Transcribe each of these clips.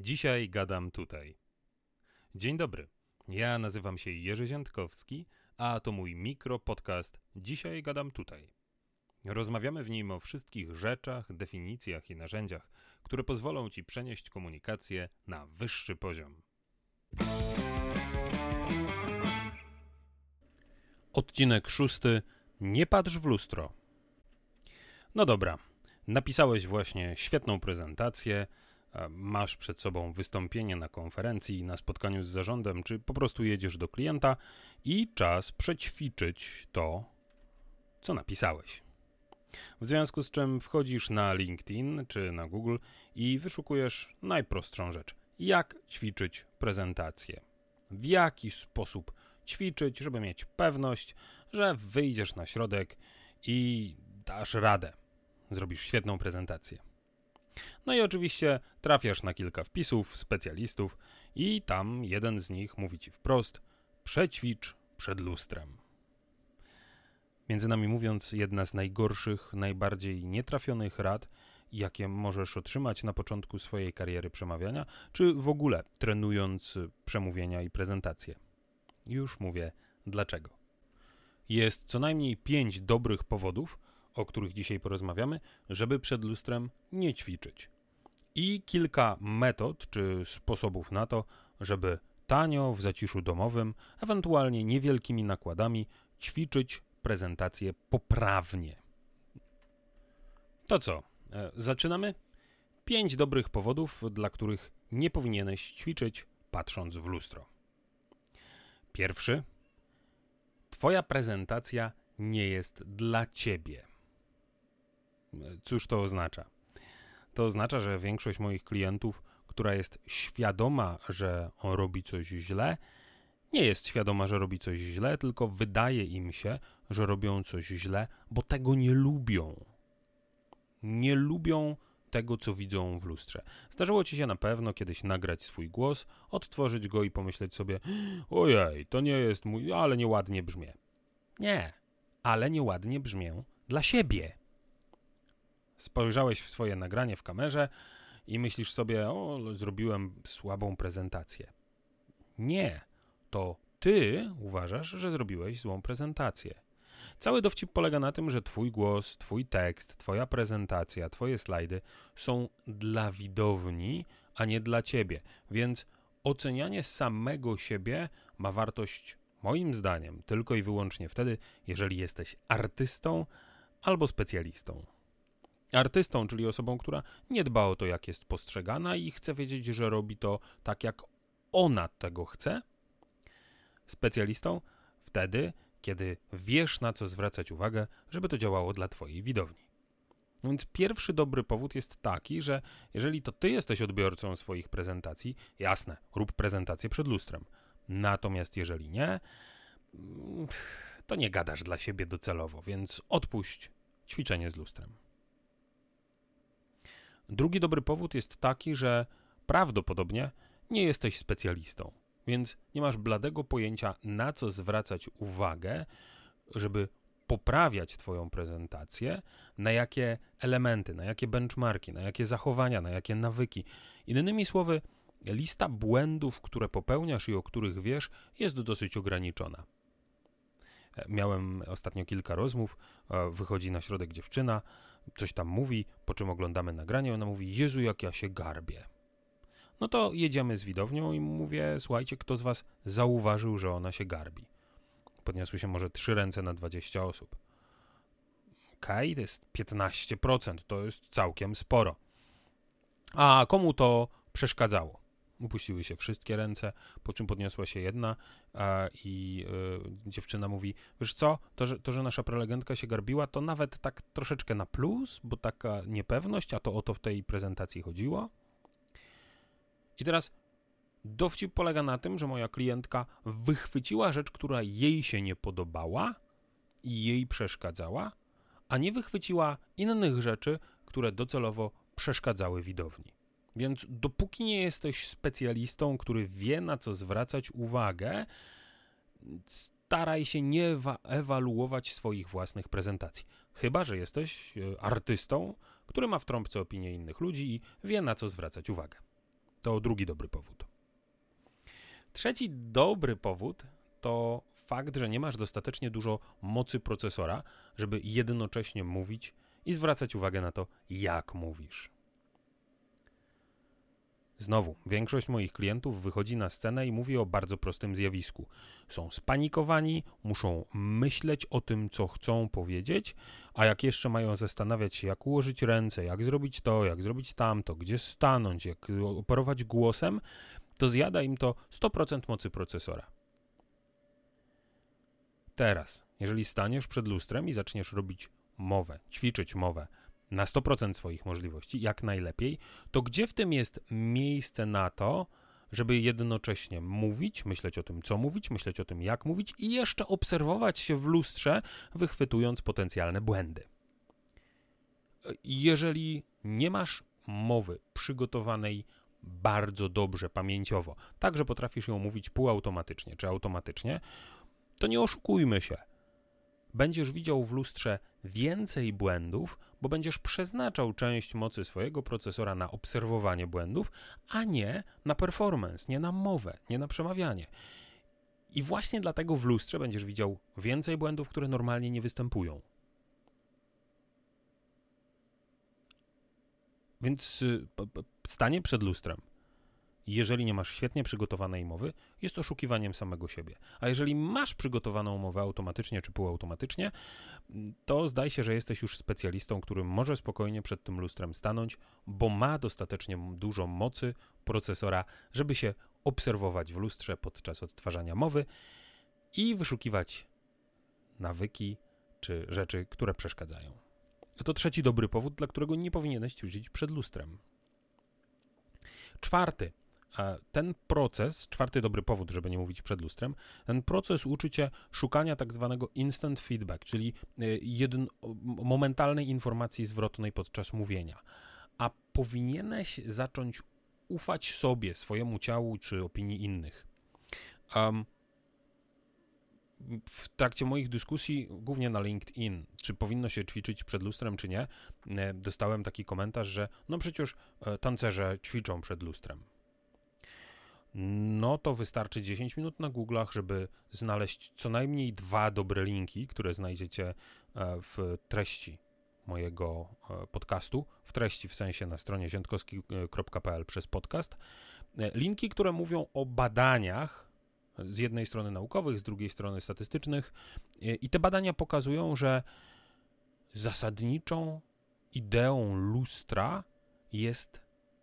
Dzisiaj gadam tutaj. Dzień dobry, ja nazywam się Jerzy Ziętkowski, a to mój mikropodcast Dzisiaj gadam tutaj. Rozmawiamy w nim o wszystkich rzeczach, definicjach i narzędziach, które pozwolą Ci przenieść komunikację na wyższy poziom. Odcinek 6. Nie patrz w lustro. No dobra, napisałeś właśnie świetną prezentację, masz przed sobą wystąpienie na konferencji, na spotkaniu z zarządem, czy po prostu jedziesz do klienta i czas przećwiczyć to, co napisałeś. W związku z czym wchodzisz na LinkedIn czy na Google i wyszukujesz najprostszą rzecz. Jak ćwiczyć prezentację? W jaki sposób ćwiczyć, żeby mieć pewność, że wyjdziesz na środek i dasz radę. Zrobisz świetną prezentację. No i oczywiście trafiasz na kilka wpisów specjalistów i tam jeden z nich mówi Ci wprost: przećwicz przed lustrem. Między nami mówiąc, jedna z najgorszych, najbardziej nietrafionych rad, jakie możesz otrzymać na początku swojej kariery przemawiania, czy w ogóle trenując przemówienia i prezentacje. Już mówię dlaczego. Jest co najmniej 5 dobrych powodów, o których dzisiaj porozmawiamy, żeby przed lustrem nie ćwiczyć. I kilka metod czy sposobów na to, żeby tanio, w zaciszu domowym, ewentualnie niewielkimi nakładami ćwiczyć prezentację poprawnie. To co? Zaczynamy? 5 dobrych powodów, dla których nie powinieneś ćwiczyć patrząc w lustro. Pierwszy. Twoja prezentacja nie jest dla ciebie. Cóż to oznacza? To oznacza, że większość moich klientów, która jest świadoma, że on robi coś źle, nie jest świadoma, że robi coś źle, tylko wydaje im się, że robią coś źle, bo tego nie lubią. Nie lubią tego, co widzą w lustrze. Zdarzyło ci się na pewno kiedyś nagrać swój głos, odtworzyć go i pomyśleć sobie: ojej, to nie jest mój, ale nieładnie brzmię. Nie, ale nieładnie brzmię dla siebie. Spojrzałeś w swoje nagranie w kamerze i myślisz sobie: o, zrobiłem słabą prezentację. Nie, to ty uważasz, że zrobiłeś złą prezentację. Cały dowcip polega na tym, że twój głos, twój tekst, twoja prezentacja, twoje slajdy są dla widowni, a nie dla ciebie. Więc ocenianie samego siebie ma wartość, moim zdaniem, tylko i wyłącznie wtedy, jeżeli jesteś artystą albo specjalistą. Artystą, czyli osobą, która nie dba o to, jak jest postrzegana i chce wiedzieć, że robi to tak, jak ona tego chce. Specjalistą wtedy, kiedy wiesz, na co zwracać uwagę, żeby to działało dla twojej widowni. Więc pierwszy dobry powód jest taki, że jeżeli to ty jesteś odbiorcą swoich prezentacji, jasne, rób prezentację przed lustrem. Natomiast jeżeli nie, to nie gadasz dla siebie docelowo, więc odpuść ćwiczenie z lustrem. Drugi dobry powód jest taki, że prawdopodobnie nie jesteś specjalistą, więc nie masz bladego pojęcia, na co zwracać uwagę, żeby poprawiać twoją prezentację, na jakie elementy, na jakie benchmarki, na jakie zachowania, na jakie nawyki. Innymi słowy, lista błędów, które popełniasz i o których wiesz, jest dosyć ograniczona. Miałem ostatnio kilka rozmów, wychodzi na środek dziewczyna, coś tam mówi, po czym oglądamy nagranie, ona mówi: Jezu, jak ja się garbię. No to jedziemy z widownią i mówię: słuchajcie, kto z was zauważył, że ona się garbi? Podniosły się może 3 ręce na 20 osób. Okej, to jest 15%, to jest całkiem sporo. A komu to przeszkadzało? Upuściły się wszystkie ręce, po czym podniosła się jedna i dziewczyna mówi: wiesz co, to, że nasza prelegentka się garbiła, to nawet tak troszeczkę na plus, bo taka niepewność, a to o to w tej prezentacji chodziło. I teraz dowcip polega na tym, że moja klientka wychwyciła rzecz, która jej się nie podobała i jej przeszkadzała, a nie wychwyciła innych rzeczy, które docelowo przeszkadzały widowni. Więc dopóki nie jesteś specjalistą, który wie, na co zwracać uwagę, staraj się nie ewaluować swoich własnych prezentacji. Chyba że jesteś artystą, który ma w trąbce opinię innych ludzi i wie, na co zwracać uwagę. To drugi dobry powód. Trzeci dobry powód to fakt, że nie masz dostatecznie dużo mocy procesora, żeby jednocześnie mówić i zwracać uwagę na to, jak mówisz. Znowu, większość moich klientów wychodzi na scenę i mówi o bardzo prostym zjawisku. Są spanikowani, muszą myśleć o tym, co chcą powiedzieć, a jak jeszcze mają zastanawiać się, jak ułożyć ręce, jak zrobić to, jak zrobić tamto, gdzie stanąć, jak operować głosem, to zjada im to 100% mocy procesora. Teraz, jeżeli staniesz przed lustrem i zaczniesz robić mowę, ćwiczyć mowę na 100% swoich możliwości, jak najlepiej, to gdzie w tym jest miejsce na to, żeby jednocześnie mówić, myśleć o tym, co mówić, myśleć o tym, jak mówić i jeszcze obserwować się w lustrze, wychwytując potencjalne błędy. Jeżeli nie masz mowy przygotowanej bardzo dobrze, pamięciowo, tak, że potrafisz ją mówić półautomatycznie czy automatycznie, to nie oszukujmy się. Będziesz widział w lustrze więcej błędów, bo będziesz przeznaczał część mocy swojego procesora na obserwowanie błędów, a nie na performance, nie na mowę, nie na przemawianie. I właśnie dlatego w lustrze będziesz widział więcej błędów, które normalnie nie występują. Więc stanie przed lustrem, jeżeli nie masz świetnie przygotowanej mowy, jest oszukiwaniem samego siebie. A jeżeli masz przygotowaną mowę automatycznie czy półautomatycznie, to zdaje się, że jesteś już specjalistą, który może spokojnie przed tym lustrem stanąć, bo ma dostatecznie dużo mocy procesora, żeby się obserwować w lustrze podczas odtwarzania mowy i wyszukiwać nawyki czy rzeczy, które przeszkadzają. To trzeci dobry powód, dla którego nie powinieneś ćwiczyć przed lustrem. Czwarty dobry powód, żeby nie mówić przed lustrem, ten proces uczy cię szukania tak zwanego instant feedback, czyli momentalnej informacji zwrotnej podczas mówienia. A powinieneś zacząć ufać sobie, swojemu ciału czy opinii innych. W trakcie moich dyskusji, głównie na LinkedIn, czy powinno się ćwiczyć przed lustrem, czy nie, dostałem taki komentarz, że no przecież tancerze ćwiczą przed lustrem. No to wystarczy 10 minut na Google'ach, żeby znaleźć co najmniej 2 dobre linki, które znajdziecie w treści mojego podcastu, w treści w sensie na stronie ziętkowski.pl przez podcast. Linki, które mówią o badaniach, z jednej strony naukowych, z drugiej strony statystycznych, i te badania pokazują, że zasadniczą ideą lustra jest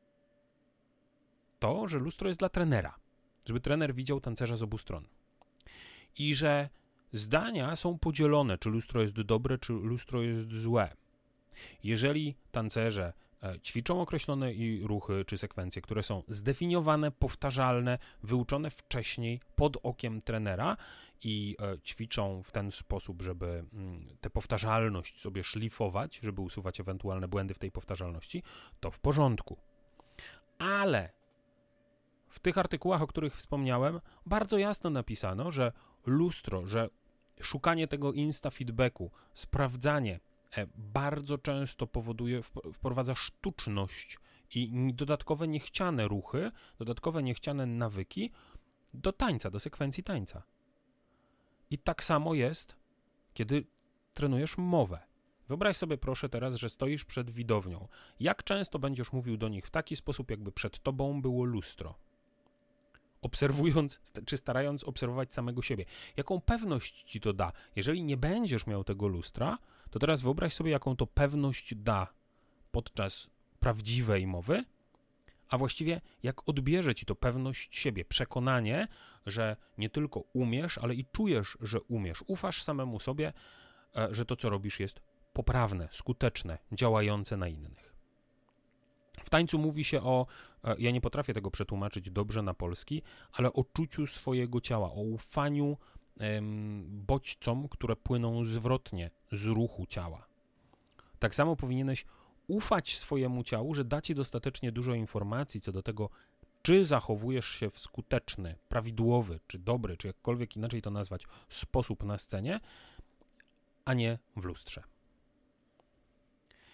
to, że lustro jest dla trenera, żeby trener widział tancerza z obu stron. I że zdania są podzielone, czy lustro jest dobre, czy lustro jest złe. Jeżeli tancerze ćwiczą określone ruchy czy sekwencje, które są zdefiniowane, powtarzalne, wyuczone wcześniej pod okiem trenera i ćwiczą w ten sposób, żeby tę powtarzalność sobie szlifować, żeby usuwać ewentualne błędy w tej powtarzalności, to w porządku. Ale w tych artykułach, o których wspomniałem, bardzo jasno napisano, że lustro, że szukanie tego insta-feedbacku, sprawdzanie bardzo często wprowadza sztuczność i dodatkowe niechciane ruchy, dodatkowe niechciane nawyki do tańca, do sekwencji tańca. I tak samo jest, kiedy trenujesz mowę. Wyobraź sobie proszę teraz, że stoisz przed widownią. Jak często będziesz mówił do nich w taki sposób, jakby przed tobą było lustro? Obserwując, czy starając obserwować samego siebie. Jaką pewność ci to da? Jeżeli nie będziesz miał tego lustra, to teraz wyobraź sobie, jaką to pewność da podczas prawdziwej mowy, a właściwie jak odbierze ci to pewność siebie, przekonanie, że nie tylko umiesz, ale i czujesz, że umiesz. Ufasz samemu sobie, że to, co robisz, jest poprawne, skuteczne, działające na innych. W tańcu mówi się ja nie potrafię tego przetłumaczyć dobrze na polski, ale o czuciu swojego ciała, o ufaniu bodźcom, które płyną zwrotnie z ruchu ciała. Tak samo powinieneś ufać swojemu ciału, że da ci dostatecznie dużo informacji co do tego, czy zachowujesz się w skuteczny, prawidłowy, czy dobry, czy jakkolwiek inaczej to nazwać, sposób na scenie, a nie w lustrze.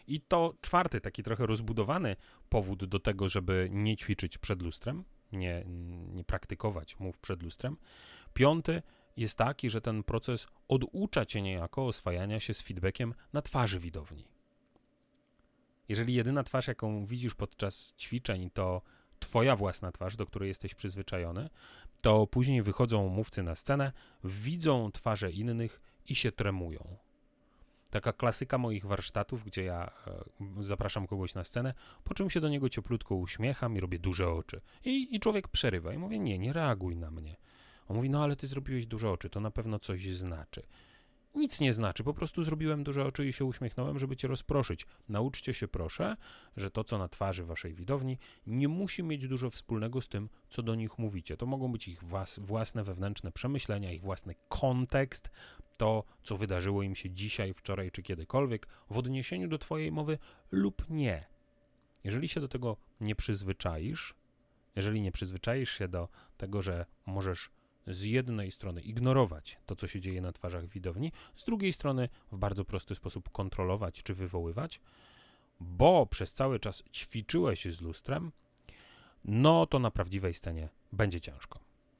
I to czwarty, taki trochę rozbudowany powód do tego, żeby nie ćwiczyć przed lustrem, nie praktykować mów przed lustrem. Piąty jest taki, że ten proces oducza cię niejako oswajania się z feedbackiem na twarzy widowni. Jeżeli jedyna twarz, jaką widzisz podczas ćwiczeń, to twoja własna twarz, do której jesteś przyzwyczajony, to później wychodzą mówcy na scenę, widzą twarze innych i się tremują. Taka klasyka moich warsztatów, gdzie ja zapraszam kogoś na scenę, po czym się do niego cieplutko uśmiecham i robię duże oczy. I człowiek przerywa i mówię, nie reaguj na mnie. On mówi, no ale ty zrobiłeś duże oczy, to na pewno coś znaczy. Nic nie znaczy, po prostu zrobiłem duże oczy i się uśmiechnąłem, żeby cię rozproszyć. Nauczcie się proszę, że to, co na twarzy waszej widowni, nie musi mieć dużo wspólnego z tym, co do nich mówicie. To mogą być ich własne wewnętrzne przemyślenia, ich własny kontekst, to, co wydarzyło im się dzisiaj, wczoraj czy kiedykolwiek w odniesieniu do twojej mowy lub nie. Jeżeli się do tego nie przyzwyczaisz, jeżeli nie przyzwyczaisz się do tego, że możesz z jednej strony ignorować to, co się dzieje na twarzach widowni, z drugiej strony w bardzo prosty sposób kontrolować czy wywoływać, bo przez cały czas ćwiczyłeś z lustrem, no to na prawdziwej scenie będzie ciężko.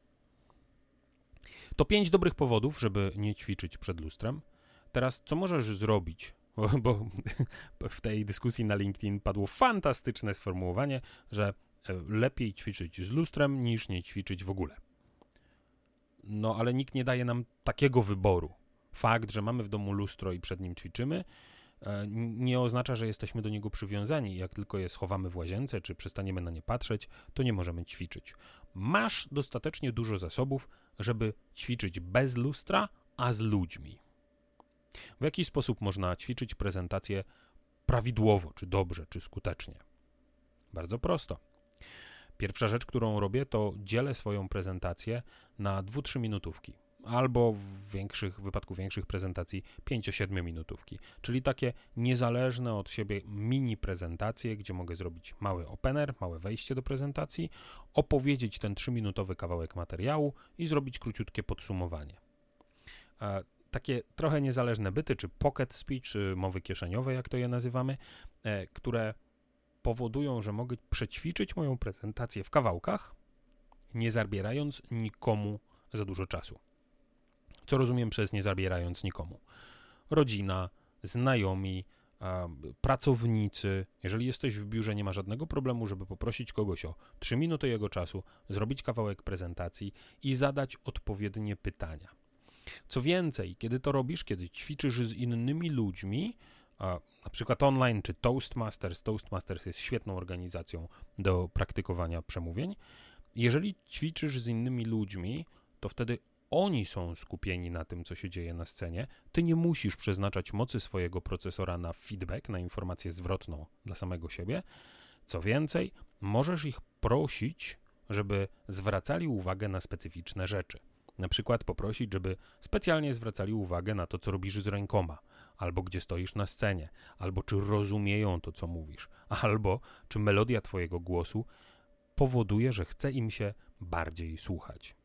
To 5 dobrych powodów, żeby nie ćwiczyć przed lustrem. Teraz, co możesz zrobić? Bo w tej dyskusji na LinkedIn padło fantastyczne sformułowanie, że lepiej ćwiczyć z lustrem niż nie ćwiczyć w ogóle. No, ale nikt nie daje nam takiego wyboru. Fakt, że mamy w domu lustro i przed nim ćwiczymy, nie oznacza, że jesteśmy do niego przywiązani. Jak tylko je schowamy w łazience, czy przestaniemy na nie patrzeć, to nie możemy ćwiczyć. Masz dostatecznie dużo zasobów, żeby ćwiczyć bez lustra, a z ludźmi. W jaki sposób można ćwiczyć prezentację prawidłowo, czy dobrze, czy skutecznie? Bardzo prosto. Pierwsza rzecz, którą robię, to dzielę swoją prezentację na 2-3 minutówki, albo w wypadku większych prezentacji 5-7 minutówki, czyli takie niezależne od siebie mini prezentacje, gdzie mogę zrobić mały opener, małe wejście do prezentacji, opowiedzieć ten 3-minutowy kawałek materiału i zrobić króciutkie podsumowanie. Takie trochę niezależne byty, czy pocket speech, czy mowy kieszeniowe, jak to je nazywamy, które powodują, że mogę przećwiczyć moją prezentację w kawałkach, nie zabierając nikomu za dużo czasu. Co rozumiem przez nie zabierając nikomu? Rodzina, znajomi, pracownicy. Jeżeli jesteś w biurze, nie ma żadnego problemu, żeby poprosić kogoś o 3 minuty jego czasu, zrobić kawałek prezentacji i zadać odpowiednie pytania. Co więcej, kiedy to robisz, kiedy ćwiczysz z innymi ludźmi, na przykład online czy Toastmasters jest świetną organizacją do praktykowania przemówień. Jeżeli ćwiczysz z innymi ludźmi, to wtedy oni są skupieni na tym, co się dzieje na scenie. Ty nie musisz przeznaczać mocy swojego procesora na feedback, na informację zwrotną dla samego siebie. Co więcej, możesz ich prosić, żeby zwracali uwagę na specyficzne rzeczy. Na przykład poprosić, żeby specjalnie zwracali uwagę na to, co robisz z rękoma, albo gdzie stoisz na scenie, albo czy rozumieją to, co mówisz, albo czy melodia twojego głosu powoduje, że chce im się bardziej słuchać.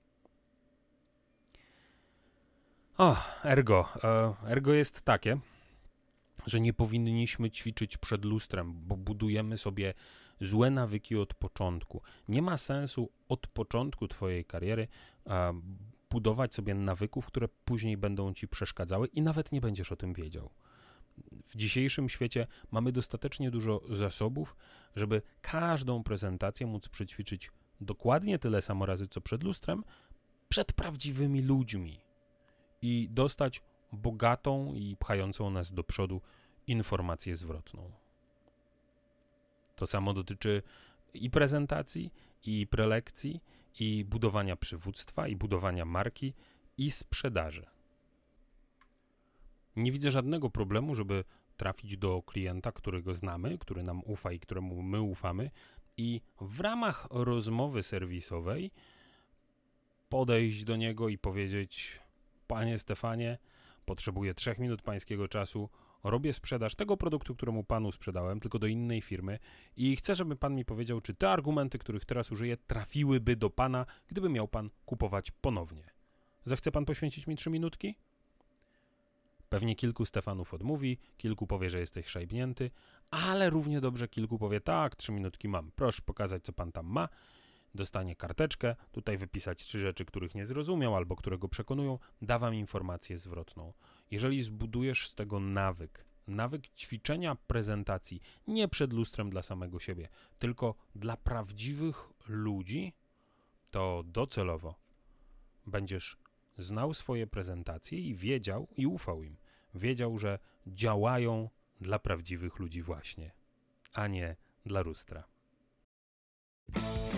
Ergo jest takie, że nie powinniśmy ćwiczyć przed lustrem, bo budujemy sobie złe nawyki od początku. Nie ma sensu od początku twojej kariery budować sobie nawyków, które później będą ci przeszkadzały i nawet nie będziesz o tym wiedział. W dzisiejszym świecie mamy dostatecznie dużo zasobów, żeby każdą prezentację móc przećwiczyć dokładnie tyle samo razy, co przed lustrem, przed prawdziwymi ludźmi i dostać bogatą i pchającą nas do przodu informację zwrotną. To samo dotyczy i prezentacji, i prelekcji, i budowania przywództwa, i budowania marki, i sprzedaży. Nie widzę żadnego problemu, żeby trafić do klienta, którego znamy, który nam ufa i któremu my ufamy i w ramach rozmowy serwisowej podejść do niego i powiedzieć: Panie Stefanie, potrzebuję 3 minut pańskiego czasu, robię sprzedaż tego produktu, któremu panu sprzedałem, tylko do innej firmy i chcę, żeby pan mi powiedział, czy te argumenty, których teraz użyję, trafiłyby do pana, gdyby miał pan kupować ponownie. Zechce pan poświęcić mi 3 minutki? Pewnie kilku Stefanów odmówi, kilku powie, że jesteś szajbnięty, ale równie dobrze kilku powie, tak, 3 minutki mam, proszę pokazać, co pan tam ma. Dostanie karteczkę, tutaj wypisać 3 rzeczy, których nie zrozumiał albo które go przekonują, da wam informację zwrotną. Jeżeli zbudujesz z tego nawyk ćwiczenia prezentacji, nie przed lustrem dla samego siebie, tylko dla prawdziwych ludzi, to docelowo będziesz znał swoje prezentacje i wiedział, i ufał im. Wiedział, że działają dla prawdziwych ludzi właśnie, a nie dla lustra.